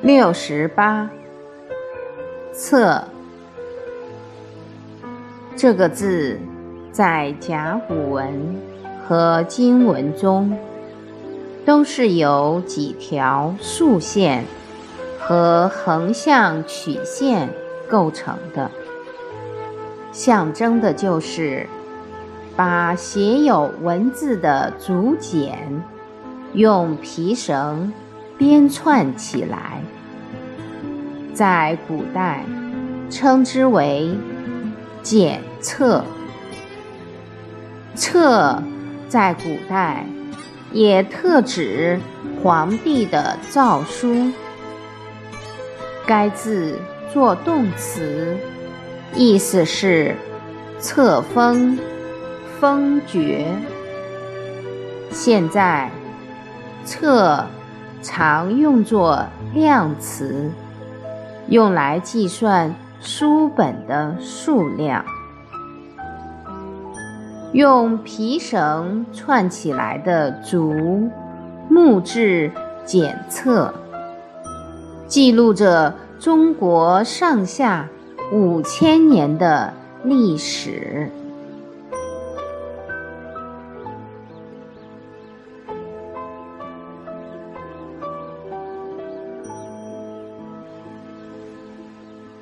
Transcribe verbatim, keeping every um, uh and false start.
六十八，册这个字在甲骨文和金文中都是由几条竖线和横向曲线构成的，象征的就是把写有文字的竹简用皮绳编串起来，在古代称之为简册。册在古代也特指皇帝的诏书，该字作动词，意思是册封、封爵。现在册常用作量词，用来计算书本的数量。用皮绳串起来的竹木质简册，记录着中国上下五千年的历史。